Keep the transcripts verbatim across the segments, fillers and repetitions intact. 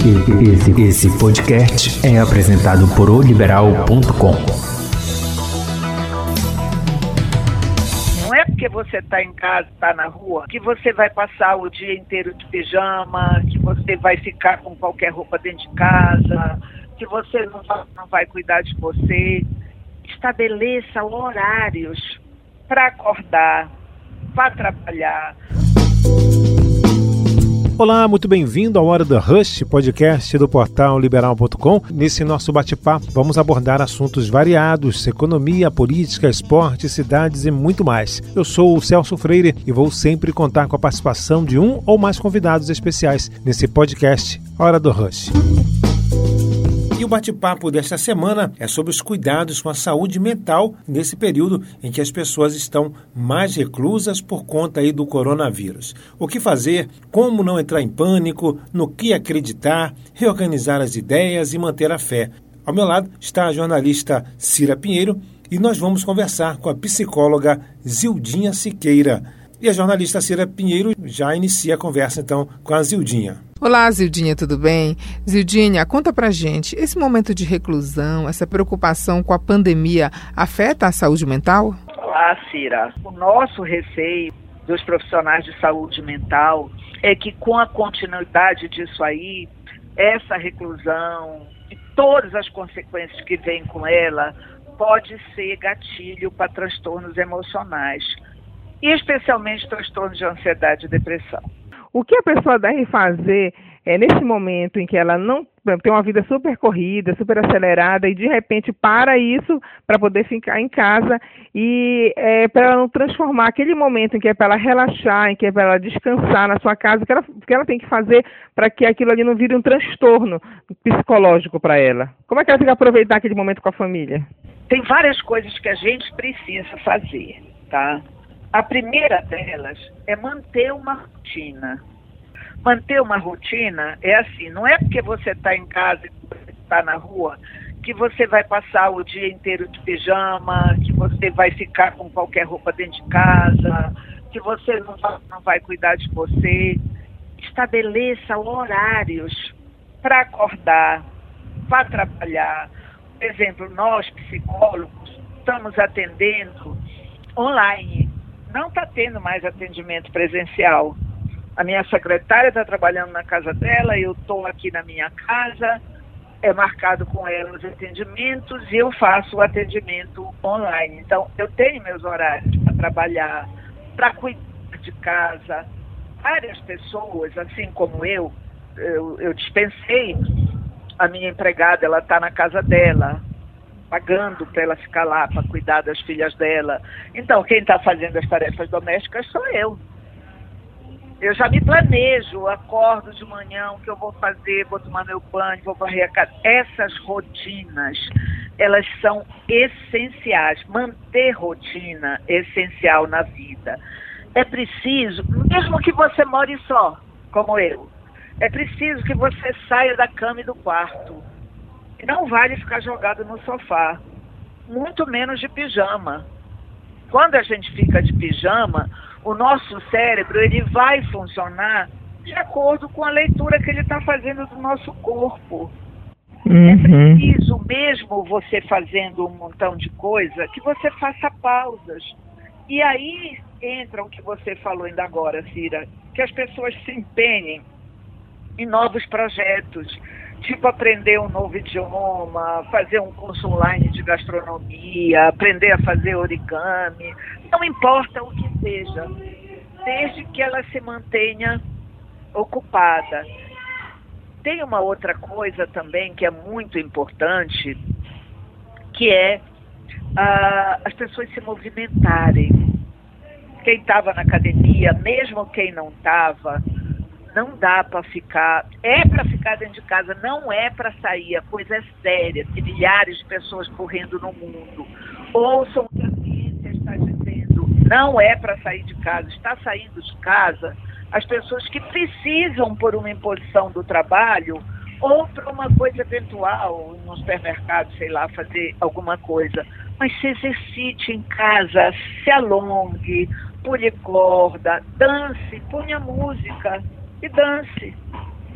Esse, esse podcast é apresentado por o liberal ponto com. Não é porque você está em casa, está na rua, que você vai passar o dia inteiro de pijama, que você vai ficar com qualquer roupa dentro de casa, que você não vai, não vai cuidar de você. Estabeleça horários para acordar, para trabalhar. Olá, muito bem-vindo ao Hora do Rush, podcast do portal liberal ponto com. Nesse nosso bate-papo, vamos abordar assuntos variados, economia, política, esporte, cidades e muito mais. Eu sou o Celso Freire e vou sempre contar com a participação de um ou mais convidados especiais nesse podcast Hora do Rush. E o bate-papo desta semana é sobre os cuidados com a saúde mental nesse período em que as pessoas estão mais reclusas por conta aí do coronavírus. O que fazer, como não entrar em pânico, no que acreditar, reorganizar as ideias e manter a fé. Ao meu lado está a jornalista Cira Pinheiro e nós vamos conversar com a psicóloga Zildinha Siqueira. E a jornalista Cira Pinheiro já inicia a conversa então com a Zildinha. Olá, Zildinha, tudo bem? Zildinha, conta pra gente, esse momento de reclusão, essa preocupação com a pandemia, afeta a saúde mental? Olá, Cira. O nosso receio dos profissionais de saúde mental é que com a continuidade disso aí, essa reclusão e todas as consequências que vêm com ela, pode ser gatilho para transtornos emocionais, e especialmente transtornos de ansiedade e depressão. O que a pessoa deve fazer é nesse momento em que ela não tem uma vida super corrida, super acelerada e de repente para isso para poder ficar em casa e é, para ela não transformar aquele momento em que é para ela relaxar, em que é para ela descansar na sua casa, o que ela, que ela tem que fazer para que aquilo ali não vire um transtorno psicológico para ela? Como é que ela tem que aproveitar aquele momento com a família? Tem várias coisas que a gente precisa fazer, tá? A primeira delas é manter uma rotina. Manter uma rotina é assim, não é porque você está em casa e está na rua que você vai passar o dia inteiro de pijama, que você vai ficar com qualquer roupa dentro de casa, que você não vai, não vai cuidar de você. Estabeleça horários para acordar, para trabalhar. Por exemplo, nós psicólogos estamos atendendo online. Não está tendo mais atendimento presencial. A minha secretária está trabalhando na casa dela, eu estou aqui na minha casa, é marcado com ela os atendimentos e eu faço o atendimento online. Então, eu tenho meus horários para trabalhar, para cuidar de casa. Várias pessoas, assim como eu, eu, eu dispensei a minha empregada, ela está na casa dela, pagando para ela ficar lá, para cuidar das filhas dela. Então, quem está fazendo as tarefas domésticas sou eu. Eu já me planejo, acordo de manhã, o que eu vou fazer, vou tomar meu banho, vou varrer a casa. Essas rotinas, elas são essenciais. Manter rotina é essencial na vida. É preciso, mesmo que você more só, como eu, é preciso que você saia da cama e do quarto. Não vale ficar jogado no sofá, muito menos de pijama. Quando a gente fica de pijama, o nosso cérebro ele vai funcionar de acordo com a leitura que ele está fazendo do nosso corpo. Uhum. É preciso, mesmo você fazendo um montão de coisa, que você faça pausas. E aí entra o que você falou ainda agora, Cira, que as pessoas se empenhem em novos projetos. Tipo aprender um novo idioma, fazer um curso online de gastronomia, aprender a fazer origami, não importa o que seja, desde que ela se mantenha ocupada. Tem uma outra coisa também que é muito importante, que é ah, as pessoas se movimentarem. Quem estava na academia, mesmo quem não estava, não dá para ficar, é para ficar dentro de casa, não é para sair, a coisa é séria, tem milhares de pessoas correndo no mundo. Ouçam o que a ciência está dizendo, não é para sair de casa, está saindo de casa as pessoas que precisam por uma imposição do trabalho ou para uma coisa eventual, no supermercado, sei lá, fazer alguma coisa. Mas se exercite em casa, se alongue, pule corda, dance, ponha música e dance.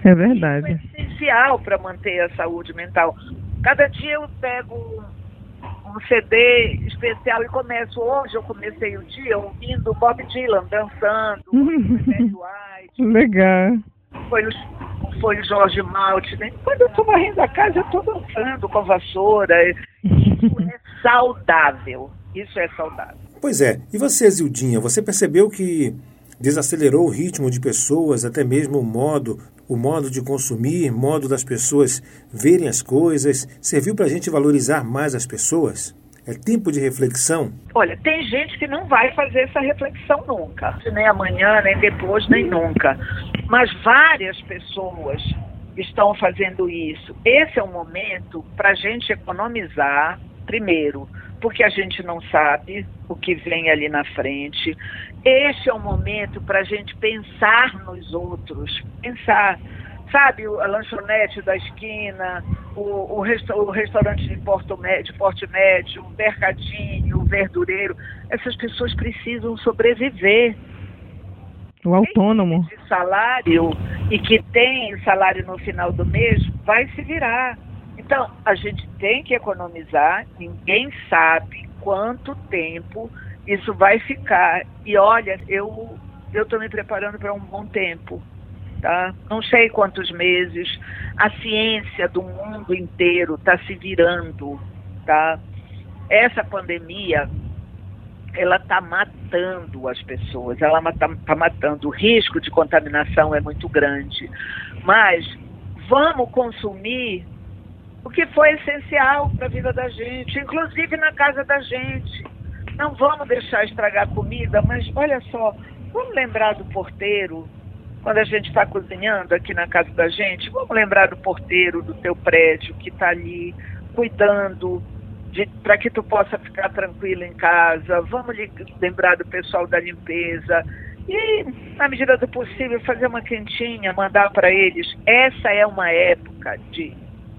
É verdade. Isso é essencial para manter a saúde mental. Cada dia eu pego um, um C D especial e começo. Hoje eu comecei o dia ouvindo Bob Dylan dançando, White. Legal. Foi o, foi o Jorge Maltner. Quando eu estou varrendo a casa, eu estou dançando com a vassoura. Isso é saudável. Isso é saudável. Pois é. E você, Zildinha, você percebeu que desacelerou o ritmo de pessoas, até mesmo o modo, o modo de consumir, modo das pessoas verem as coisas? Serviu para a gente valorizar mais as pessoas? É tempo de reflexão? Olha, tem gente que não vai fazer essa reflexão nunca. Nem amanhã, nem depois, nem nunca. Mas várias pessoas estão fazendo isso. Esse é um momento para a gente economizar, primeiro, porque a gente não sabe o que vem ali na frente. Este é um momento para a gente pensar nos outros. Pensar, sabe, a lanchonete da esquina, o, o, resta o restaurante de, Porto Médio, de Porto Médio, o mercadinho, o verdureiro. Essas pessoas precisam sobreviver. O autônomo. Quem tem de salário e que tem salário no final do mês vai se virar. Então, a gente tem que economizar, ninguém sabe quanto tempo isso vai ficar. E olha, eu eu estou me preparando para um bom tempo, tá? Não sei quantos meses. A ciência do mundo inteiro está se virando, tá? Essa pandemia, ela está matando as pessoas, ela está tá matando. O risco de contaminação é muito grande. Mas vamos consumir o que foi essencial para a vida da gente, inclusive na casa da gente. Não vamos deixar estragar comida, mas olha só, vamos lembrar do porteiro, quando a gente está cozinhando aqui na casa da gente, vamos lembrar do porteiro do teu prédio que está ali cuidando, para que tu possa ficar tranquilo em casa. Vamos lembrar do pessoal da limpeza e, na medida do possível, fazer uma quentinha, mandar para eles. Essa é uma época de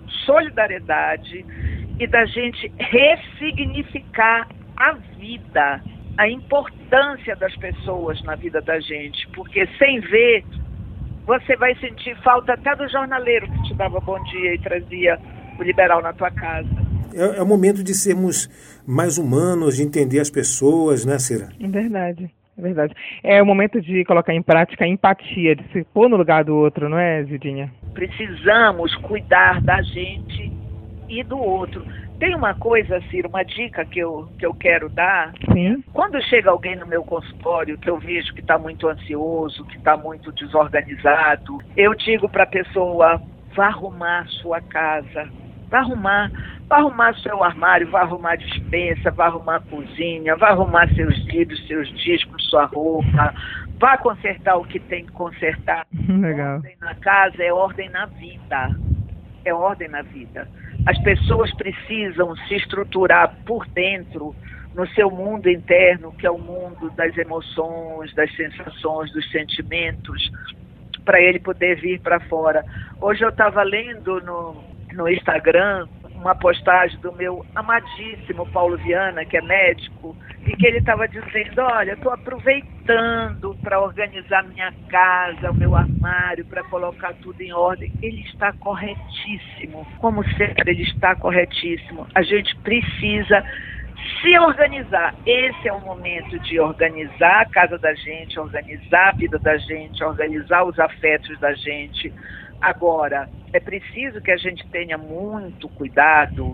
solidariedade e da gente ressignificar a vida, a importância das pessoas na vida da gente, porque sem ver, você vai sentir falta até do jornaleiro que te dava bom dia e trazia o liberal na tua casa. É, é o momento de sermos mais humanos, de entender as pessoas, né, Cira? É verdade, é verdade. É o momento de colocar em prática a empatia, de se pôr no lugar do outro, não é, Zildinha? Precisamos cuidar da gente e do outro. Tem uma coisa, Ciro, uma dica que eu, que eu quero dar. Sim. Quando chega alguém no meu consultório que eu vejo que está muito ansioso, que está muito desorganizado, eu digo para a pessoa, vá arrumar a sua casa, vá arrumar, vá arrumar seu armário, vá arrumar a despensa, vá arrumar a cozinha, vá arrumar seus livros, seus discos, sua roupa, vá consertar o que tem que consertar. Legal. Ordem na casa é ordem na vida. É ordem na vida. As pessoas precisam se estruturar por dentro, no seu mundo interno, que é o mundo das emoções, das sensações, dos sentimentos, para ele poder vir para fora. Hoje eu estava lendo no, no Instagram uma postagem do meu amadíssimo Paulo Viana, que é médico, e que ele estava dizendo, olha, estou aproveitando para organizar minha casa, o meu armário, para colocar tudo em ordem. Ele está corretíssimo. Como sempre, ele está corretíssimo. A gente precisa se organizar. Esse é o momento de organizar a casa da gente, organizar a vida da gente, organizar os afetos da gente. Agora, é preciso que a gente tenha muito cuidado.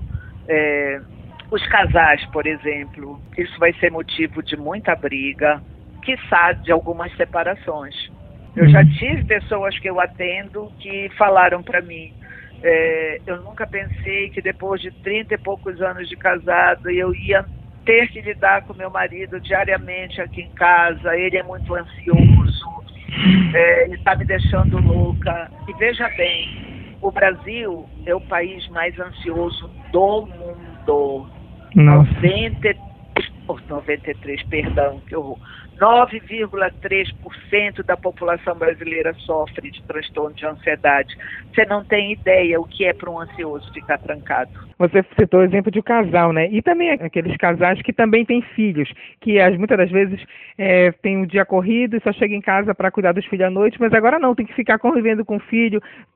É, os casais, por exemplo, isso vai ser motivo de muita briga, quiçá de algumas separações. Eu já tive pessoas que eu atendo que falaram para mim, é, eu nunca pensei que depois de trinta e poucos anos de casado eu ia ter que lidar com meu marido diariamente aqui em casa, ele é muito ansioso, é, ele está me deixando louca. E veja bem, o Brasil é o país mais ansioso do mundo. noventa e três, oh, noventa e três, perdão, que horror. nove vírgula três por cento da população brasileira sofre de transtorno de ansiedade. Você não tem ideia o que é para um ansioso ficar trancado. Você citou o exemplo de um casal, né? E também aqueles casais que também têm filhos, que as, muitas das vezes é, tem um dia corrido e só chega em casa para cuidar dos filhos à noite, mas agora não, tem que ficar convivendo com o filho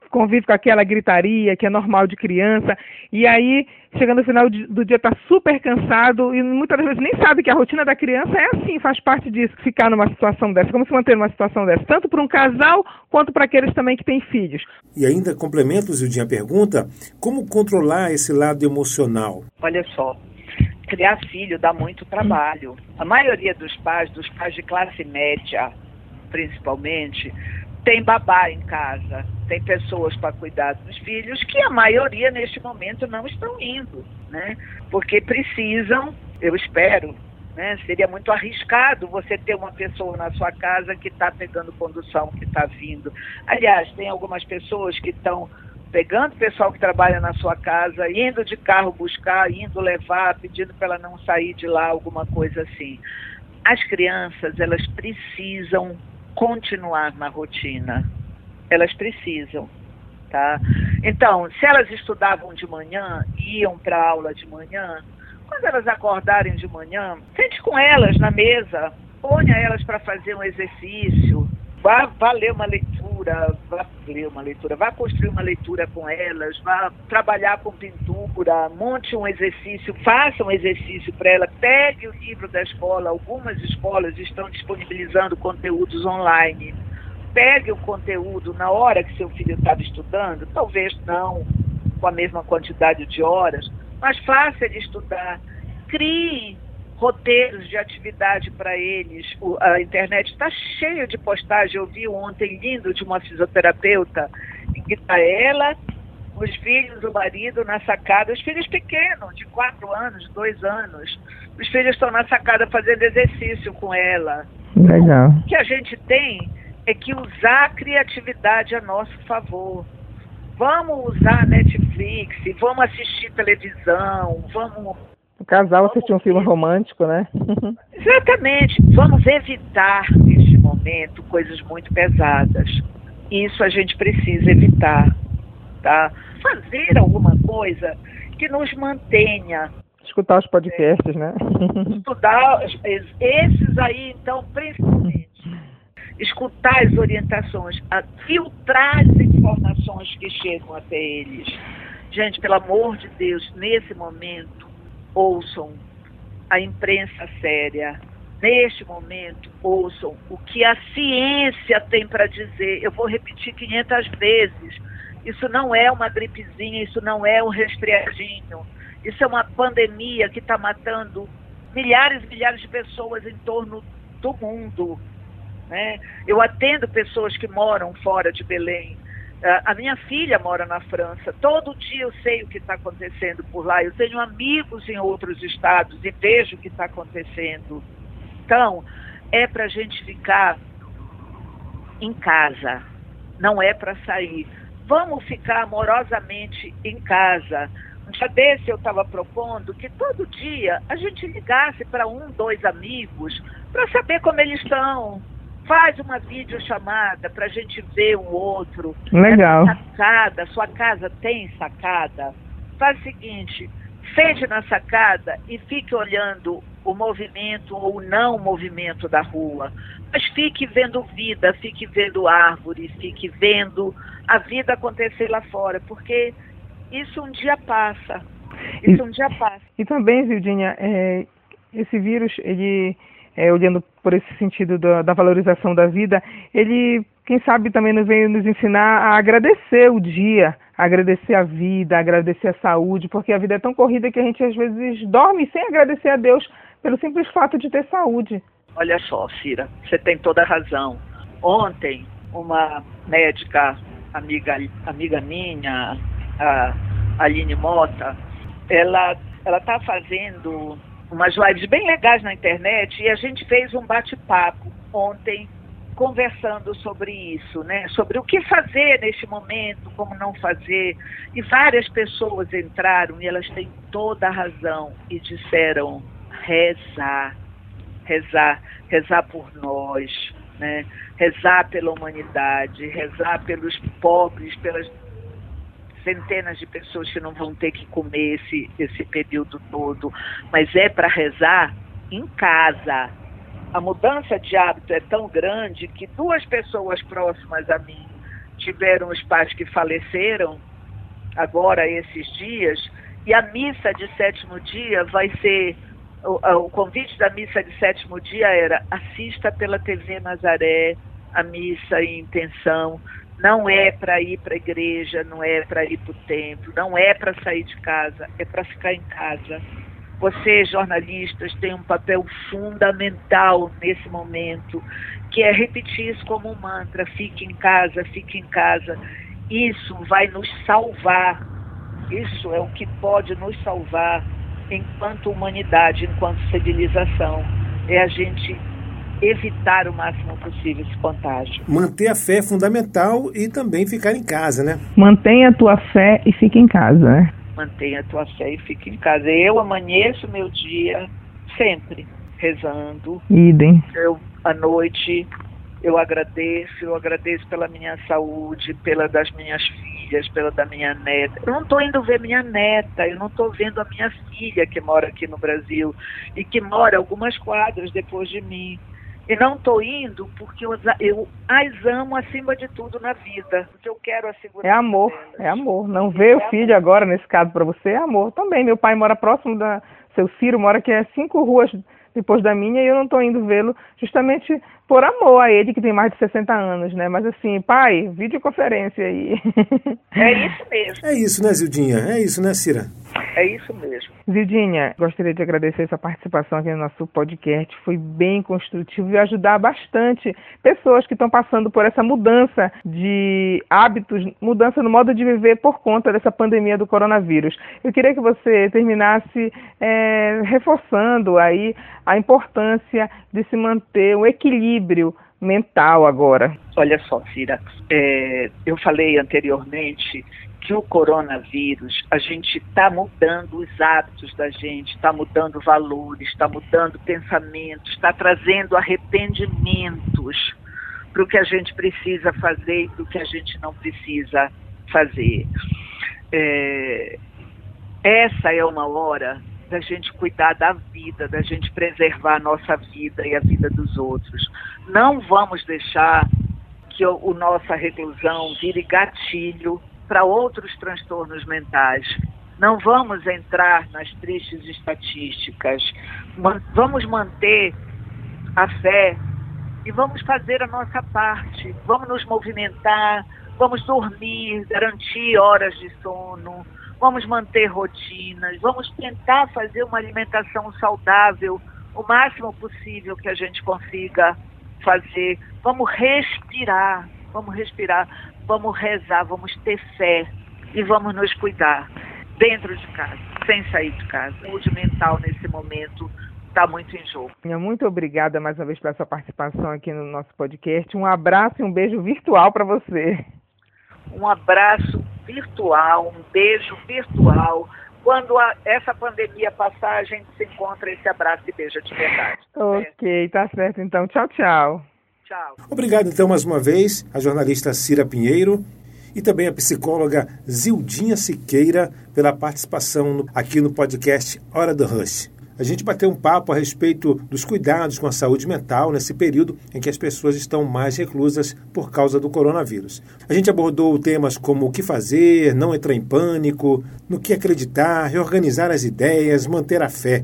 convive com aquela gritaria que é normal de criança, e aí, chegando no final do dia, está super cansado e muitas vezes nem sabe que a rotina da criança é assim, faz parte disso, ficar numa situação dessa, como se manter numa situação dessa, tanto para um casal quanto para aqueles também que têm filhos. E ainda complemento, Zildinha, a pergunta, como controlar esse lado emocional? Olha só, criar filho dá muito trabalho. A maioria dos pais, dos pais de classe média, principalmente, tem babá em casa, tem pessoas para cuidar dos filhos, que a maioria neste momento não estão indo, né? Porque precisam, eu espero, né? Seria muito arriscado você ter uma pessoa na sua casa que está pegando condução, que está vindo. Aliás, tem algumas pessoas que estão pegando o pessoal que trabalha na sua casa, indo de carro buscar, indo levar, pedindo para ela não sair de lá, alguma coisa assim. As crianças, elas precisam continuar na rotina. Elas precisam, tá? Então, se elas estudavam de manhã, iam para a aula de manhã, quando elas acordarem de manhã, sente com elas na mesa, ponha elas para fazer um exercício, vá, vá ler uma leitura, vá ler uma leitura, vá construir uma leitura com elas, vá trabalhar com pintura, monte um exercício, faça um exercício para ela, pegue o livro da escola, algumas escolas estão disponibilizando conteúdos online, pegue o conteúdo na hora que seu filho estava estudando, talvez não com a mesma quantidade de horas, mas faça ele estudar, crie roteiros de atividade para eles. O, a internet está cheia de postagens. Eu vi ontem lindo de uma fisioterapeuta em que está ela, os filhos, o marido na sacada, os filhos pequenos, de quatro anos, dois anos. Os filhos estão na sacada fazendo exercício com ela. Legal. O que a gente tem é que usar a criatividade a nosso favor. Vamos usar Netflix, vamos assistir televisão, vamos... O casal assistir um filme romântico, né? Exatamente. Vamos evitar, neste momento, coisas muito pesadas. Isso a gente precisa evitar, tá? Fazer alguma coisa que nos mantenha. Escutar os podcasts, né? Estudar, esses aí, então, principalmente. Escutar as orientações, filtrar as informações que chegam até eles. Gente, pelo amor de Deus, nesse momento, ouçam a imprensa séria. Neste momento, ouçam o que a ciência tem para dizer. Eu vou repetir quinhentas vezes. Isso não é uma gripezinha, isso não é um resfriadinho. Isso é uma pandemia que está matando milhares e milhares de pessoas em torno do mundo, né? Eu atendo pessoas que moram fora de Belém. A minha filha mora na França. Todo dia eu sei o que está acontecendo por lá. Eu tenho amigos em outros estados e vejo o que está acontecendo. Então, é para a gente ficar em casa. Não é para sair. Vamos ficar amorosamente em casa. Um dia desse eu estava propondo que todo dia a gente ligasse para um, dois amigos para saber como eles estão. Faz uma videochamada para a gente ver um outro. Legal. Essa sacada, sua casa tem sacada? Faz o seguinte, sente na sacada e fique olhando o movimento ou o não movimento da rua. Mas fique vendo vida, fique vendo árvores, fique vendo a vida acontecer lá fora, porque isso um dia passa. Isso e, um dia passa. E também, Zildinha, é, esse vírus, ele... É, olhando por esse sentido da, da valorização da vida, ele, quem sabe, também nos veio nos ensinar a agradecer o dia, a agradecer a vida, a agradecer a saúde, porque a vida é tão corrida que a gente às vezes dorme sem agradecer a Deus pelo simples fato de ter saúde. Olha só, Cira, você tem toda a razão. Ontem, uma médica, amiga, amiga minha, a Aline Mota, ela ela está fazendo umas lives bem legais na internet e a gente fez um bate-papo ontem conversando sobre isso, né? Sobre o que fazer neste momento, como não fazer. E várias pessoas entraram e elas têm toda a razão e disseram rezar, rezar, rezar por nós, né? Rezar pela humanidade, rezar pelos pobres, pelas centenas de pessoas que não vão ter que comer esse, esse período todo, mas é para rezar em casa. A mudança de hábito é tão grande que duas pessoas próximas a mim tiveram os pais que faleceram agora esses dias, e a missa de sétimo dia vai ser, o, o convite da missa de sétimo dia era: assista pela T V Nazaré a missa em intenção. Não é para ir para a igreja, não é para ir para o templo, não é para sair de casa, é para ficar em casa. Vocês, jornalistas, têm um papel fundamental nesse momento, que é repetir isso como um mantra: fique em casa, fique em casa. Isso vai nos salvar, isso é o que pode nos salvar enquanto humanidade, enquanto civilização, é a gente evitar o máximo possível esse contágio. Manter a fé é fundamental e também ficar em casa, né? Mantenha a tua fé e fique em casa, né? Mantenha a tua fé e fique em casa. Eu amanheço meu dia sempre rezando. Idem. Eu, à noite, eu agradeço, eu agradeço pela minha saúde, pela das minhas filhas, pela da minha neta. Eu não estou indo ver minha neta, eu não estou vendo a minha filha que mora aqui no Brasil e que mora algumas quadras depois de mim. E não estou indo porque eu, eu as amo acima de tudo na vida. Porque eu quero a segurança. É amor, delas. é amor. Não ver o filho agora, nesse caso, para você, é amor também. Meu pai mora próximo da... Seu Ciro mora aqui a cinco ruas depois da minha, e eu não estou indo vê-lo justamente por amor a ele, que tem mais de sessenta anos, né? Mas assim, pai, videoconferência aí. É isso mesmo. É isso, né, Zildinha? É isso, né, Cira? É isso mesmo. Zildinha, gostaria de agradecer sua participação aqui no nosso podcast. Foi bem construtivo e ajudar bastante pessoas que estão passando por essa mudança de hábitos, mudança no modo de viver por conta dessa pandemia do coronavírus. Eu queria que você terminasse é, reforçando aí a importância de se manter um equilíbrio mental agora. Olha só, Cira, é, eu falei anteriormente que o coronavírus, a gente está mudando os hábitos da gente, está mudando valores, está mudando pensamentos, está trazendo arrependimentos para o que a gente precisa fazer e para o que a gente não precisa fazer. É, essa é uma hora da gente cuidar da vida, da gente preservar a nossa vida e a vida dos outros. Não vamos deixar que o, o nossa reclusão vire gatilho para outros transtornos mentais. Não vamos entrar nas tristes estatísticas. Man, vamos manter a fé e vamos fazer a nossa parte. Vamos nos movimentar, vamos dormir, garantir horas de sono, vamos manter rotinas, vamos tentar fazer uma alimentação saudável o máximo possível que a gente consiga fazer. Vamos respirar, vamos respirar, vamos rezar, vamos ter fé e vamos nos cuidar dentro de casa, sem sair de casa. A saúde mental nesse momento está muito em jogo. Muito obrigada mais uma vez pela sua participação aqui no nosso podcast. Um abraço e um beijo virtual para você. Um abraço virtual, um beijo virtual. Quando a, essa pandemia passar, a gente se encontra, esse abraço e beijo de verdade. Ok, tá certo então. Tchau, tchau. Tchau. Obrigado então mais uma vez a jornalista Cira Pinheiro e também a psicóloga Zildinha Siqueira pela participação no, aqui no podcast Hora do Rush. A gente bateu um papo a respeito dos cuidados com a saúde mental nesse período em que as pessoas estão mais reclusas por causa do coronavírus. A gente abordou temas como o que fazer, não entrar em pânico, no que acreditar, reorganizar as ideias, manter a fé.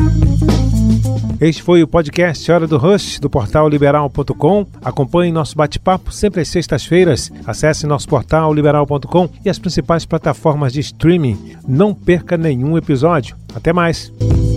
Este foi o podcast Hora do Rush, do portal liberal ponto com. Acompanhe nosso bate-papo sempre às sextas-feiras. Acesse nosso portal liberal ponto com e as principais plataformas de streaming. Não perca nenhum episódio. Até mais!